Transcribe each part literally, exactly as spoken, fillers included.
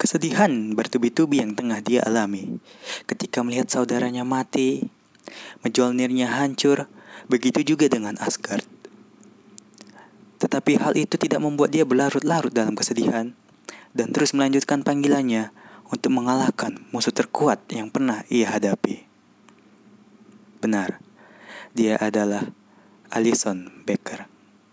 Kesedihan bertubi-tubi yang tengah dia alami ketika melihat saudaranya mati, Mjolnirnya hancur, begitu juga dengan Asgard. Tetapi hal itu tidak membuat dia berlarut-larut dalam kesedihan dan terus melanjutkan panggilannya untuk mengalahkan musuh terkuat yang pernah ia hadapi. Benar, dia adalah Alison Becker.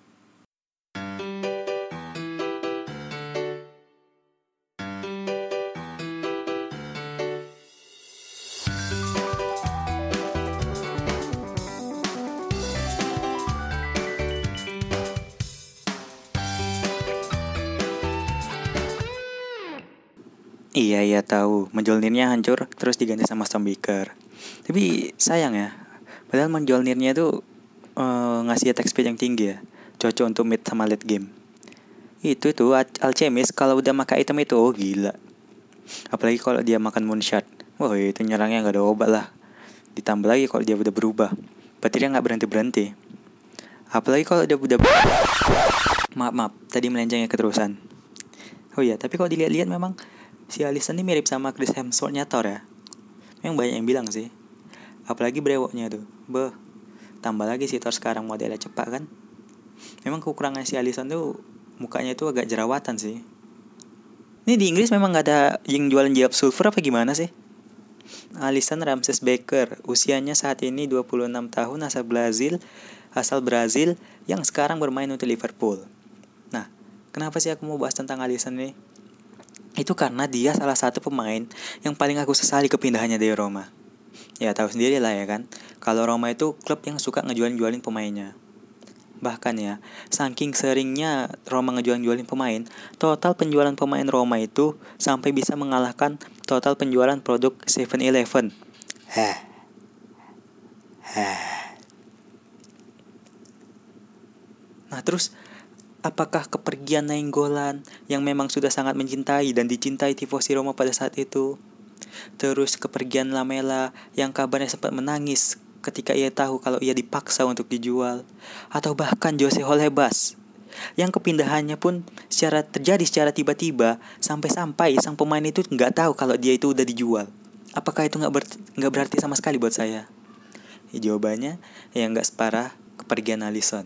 Iya, iya tahu. Mjolnirnya hancur terus diganti sama Stormbreaker. Tapi sayang ya. Padahal Mjolnirnya tuh uh, ngasih attack speed yang tinggi ya. Cocok untuk mid sama late game. Itu tuh alchemist kalau udah makan item itu oh gila. Apalagi kalau dia makan moonshot. Wah, itu nyerangnya enggak ada obat lah. Ditambah lagi kalau dia udah berubah. Berarti dia enggak berhenti-berhenti. Apalagi kalau dia udah Maaf, maaf. Tadi melencengnya keterusan. Oh iya, tapi kalau dilihat-lihat memang si Alison ini mirip sama Chris Hemsworth-nya Thor ya. Memang banyak yang bilang sih. Apalagi brewoknya tuh. Beh, tambah lagi si Thor sekarang modelnya cepat kan. Memang kekurangan si Alison tuh mukanya tuh agak jerawatan sih. Ini di Inggris memang gak ada yang jualan jawab sulfur apa gimana sih? Alison Ramses Becker, usianya saat ini dua puluh enam tahun, asal Brazil, asal Brazil yang sekarang bermain untuk Liverpool. Nah, kenapa sih aku mau bahas tentang Alison ini? Itu karena dia salah satu pemain yang paling aku sesali kepindahannya dari Roma. Ya tahu sendiri lah ya kan, kalau Roma itu klub yang suka ngejualin-jualin pemainnya. Bahkan ya, saking seringnya Roma ngejualin-jualin pemain, total penjualan pemain Roma itu sampai bisa mengalahkan total penjualan produk seven eleven. Heh. Heh. Nah terus, apakah kepergian Nainggolan yang memang sudah sangat mencintai dan dicintai tifosi Roma pada saat itu? Terus kepergian Lamela yang kabarnya sempat menangis ketika ia tahu kalau ia dipaksa untuk dijual. Atau bahkan Jose Holebas yang kepindahannya pun secara terjadi secara tiba-tiba sampai-sampai sang pemain itu nggak tahu kalau dia itu udah dijual. Apakah itu nggak ber- nggak berarti sama sekali buat saya? Ya, jawabannya ya nggak separah kepergian Alisson.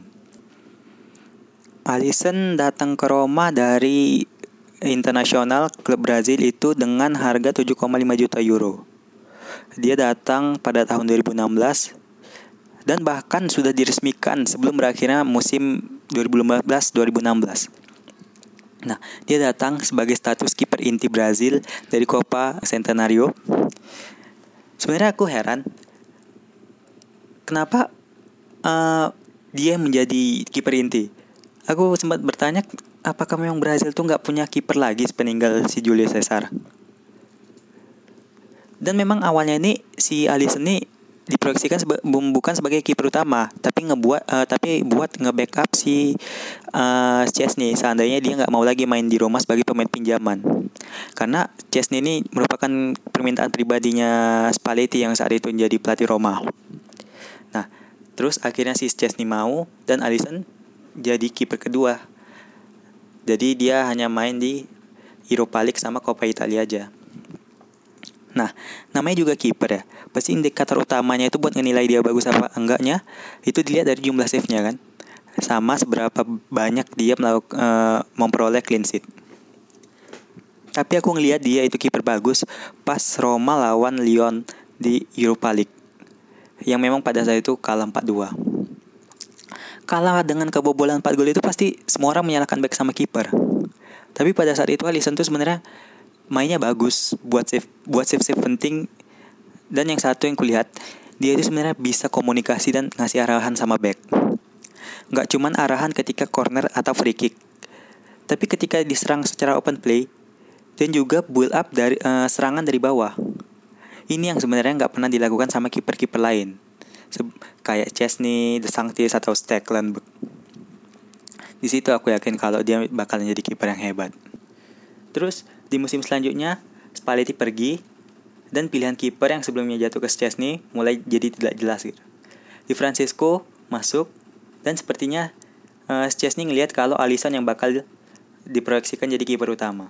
Alisson datang ke Roma dari internasional klub Brazil itu dengan harga tujuh koma lima juta euro. Dia datang pada tahun dua ribu enam belas dan bahkan sudah diresmikan sebelum berakhirnya musim dua ribu lima belas dua ribu enam belas. Nah, dia datang sebagai status kiper inti Brazil dari Copa Centenario. Sebenarnya aku heran kenapa uh, dia menjadi kiper inti. Aku sempat bertanya, apakah memang Brazil tuh nggak punya kiper lagi sepeninggal si Julio Cesar? Dan memang awalnya ini si Alisson ini diproyeksikan seba- bukan sebagai kiper utama, tapi ngebuat, uh, tapi buat nge-backup si uh, Szczęsny seandainya dia nggak mau lagi main di Roma sebagai pemain pinjaman. Karena Szczęsny ini merupakan permintaan pribadinya Spalletti yang saat itu menjadi pelatih Roma. Nah, terus akhirnya si Szczęsny mau dan Alisson jadi kiper kedua. Jadi dia hanya main di Europa League sama Coppa Italia aja. Nah, namanya juga kiper ya. Pasti indikator utamanya itu buat ngenilai dia bagus apa enggaknya itu dilihat dari jumlah save-nya kan. Sama seberapa banyak dia melakukan uh, memperoleh clean sheet. Tapi aku ngelihat dia itu kiper bagus pas Roma lawan Lyon di Europa League. Yang memang pada saat itu kalah empat dua. Kalah dengan kebobolan empat gol itu pasti semua orang menyalahkan back sama kiper. Tapi pada saat itu Alisson tuh sebenarnya mainnya bagus, buat save buat save save penting. Dan yang satu yang kulihat, dia itu sebenarnya bisa komunikasi dan ngasih arahan sama back. Nggak cuman arahan ketika corner atau free kick, tapi ketika diserang secara open play dan juga build up dari uh, serangan dari bawah. Ini yang sebenarnya nggak pernah dilakukan sama kiper-kiper lain. Kayak Szczęsny, De Sanctis atau Stekelenburg. Di situ aku yakin kalau dia bakal jadi kiper yang hebat. Terus di musim selanjutnya Spalletti pergi dan pilihan kiper yang sebelumnya jatuh ke Szczęsny mulai jadi tidak jelas gitu. Di Francisco masuk dan sepertinya uh, Szczęsny ngelihat kalau Alisson yang bakal diproyeksikan jadi kiper utama.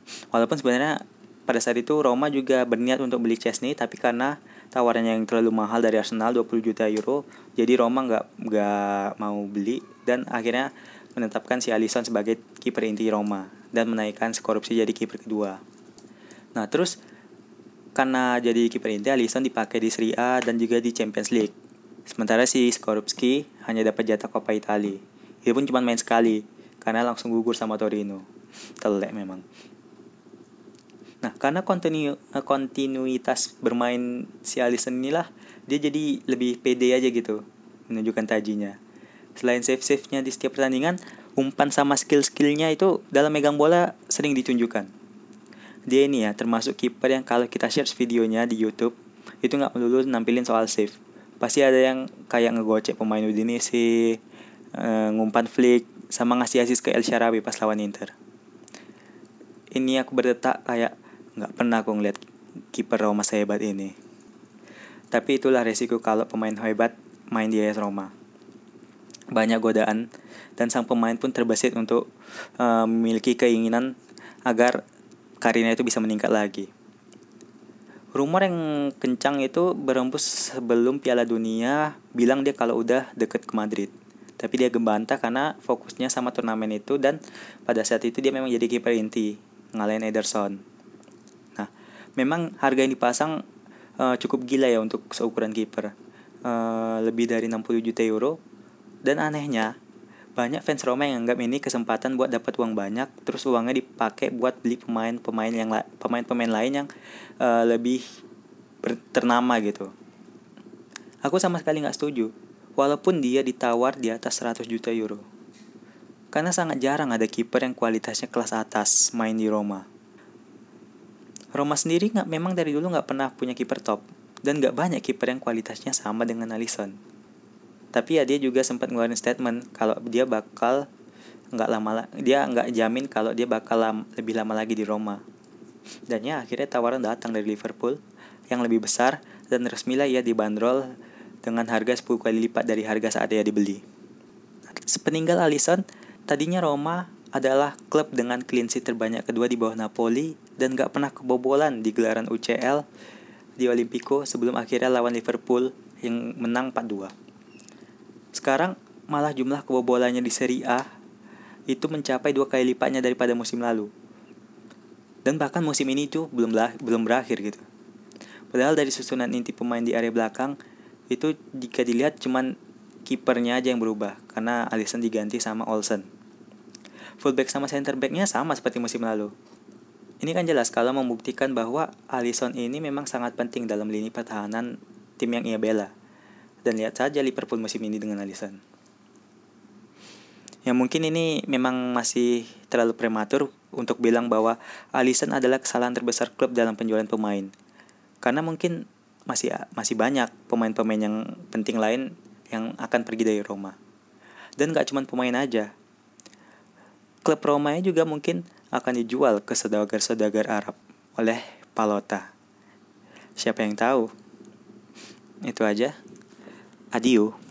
Walaupun sebenarnya pada saat itu Roma juga berniat untuk beli Chesney, tapi karena tawarannya yang terlalu mahal dari Arsenal dua puluh juta euro, jadi Roma nggak nggak mau beli dan akhirnya menetapkan si Alisson sebagai kiper inti Roma dan menaikkan Skorupski jadi kiper kedua. Nah terus karena jadi kiper inti, Alisson dipakai di Serie A dan juga di Champions League. Sementara si Skorupski hanya dapat jatah Coppa Italia. Dia pun cuma main sekali karena langsung gugur sama Torino. Telek memang. Nah, karena kontinu, kontinuitas bermain si Alisson inilah dia jadi lebih pede aja gitu menunjukkan tajinya. Selain save-save-nya di setiap pertandingan, umpan sama skill-skillnya itu dalam megang bola sering ditunjukkan. Dia ini ya termasuk kiper yang kalau kita share videonya di YouTube itu nggak melulu nampilin soal save. Pasti ada yang kayak ngegocek pemain Udinese, uh, ngumpan flick, sama ngasih assist ke El Shaarawy pas lawan Inter. Ini aku berdetak kayak nggak pernah aku ngeliat kiper Roma sehebat ini. Tapi itulah resiko kalau pemain hebat main di A S Roma. Banyak godaan dan sang pemain pun terbesit untuk uh, memiliki keinginan agar karirnya itu bisa meningkat lagi. Rumor yang kencang itu berembus sebelum Piala Dunia bilang dia kalau udah deket ke Madrid. Tapi dia gebantah karena fokusnya sama turnamen itu dan pada saat itu dia memang jadi kiper inti, ngalahin Ederson. Nah, memang harga yang dipasang uh, cukup gila ya untuk seukuran kiper. Uh, lebih dari enam puluh juta euro. Dan anehnya, banyak fans Roma yang anggap ini kesempatan buat dapat uang banyak, terus uangnya dipakai buat beli pemain-pemain yang la- pemain-pemain lain yang uh, lebih ber- ternama gitu. Aku sama sekali nggak setuju, walaupun dia ditawar di atas seratus juta euro. Karena sangat jarang ada kiper yang kualitasnya kelas atas main di Roma. Roma sendiri nggak memang dari dulu nggak pernah punya kiper top, dan nggak banyak kiper yang kualitasnya sama dengan Alisson. Tapi ya dia juga sempat ngeluarin statement kalau dia bakal nggak lama dia nggak jamin kalau dia bakal lam, lebih lama lagi di Roma. Dan ya akhirnya tawaran datang dari Liverpool yang lebih besar dan resmilah ia dibanderol dengan harga sepuluh kali lipat dari harga saat ia dibeli. Sepeninggal Alisson, tadinya Roma adalah klub dengan clean sheet terbanyak kedua di bawah Napoli dan gak pernah kebobolan di gelaran U C L di Olimpico sebelum akhirnya lawan Liverpool yang menang empat dua. Sekarang malah jumlah kebobolannya di Serie A itu mencapai dua kali lipatnya daripada musim lalu. Dan bahkan musim ini itu belum lah, belum berakhir gitu. Padahal dari susunan inti pemain di area belakang itu jika dilihat cuman kipernya aja yang berubah karena Alisson diganti sama Olsen. Fullback sama center backnya sama seperti musim lalu. Ini kan jelas kalau membuktikan bahwa Alisson ini memang sangat penting dalam lini pertahanan tim yang ia bela. Dan lihat saja Liverpool musim ini dengan Alisson. Ya mungkin ini memang masih terlalu prematur untuk bilang bahwa Alisson adalah kesalahan terbesar klub dalam penjualan pemain. Karena mungkin masih masih banyak pemain-pemain yang penting lain yang akan pergi dari Roma. Dan gak cuma pemain aja. Klub Roma juga mungkin akan dijual ke saudagar-saudagar Arab oleh Palota. Siapa yang tahu? Itu aja. Adieu.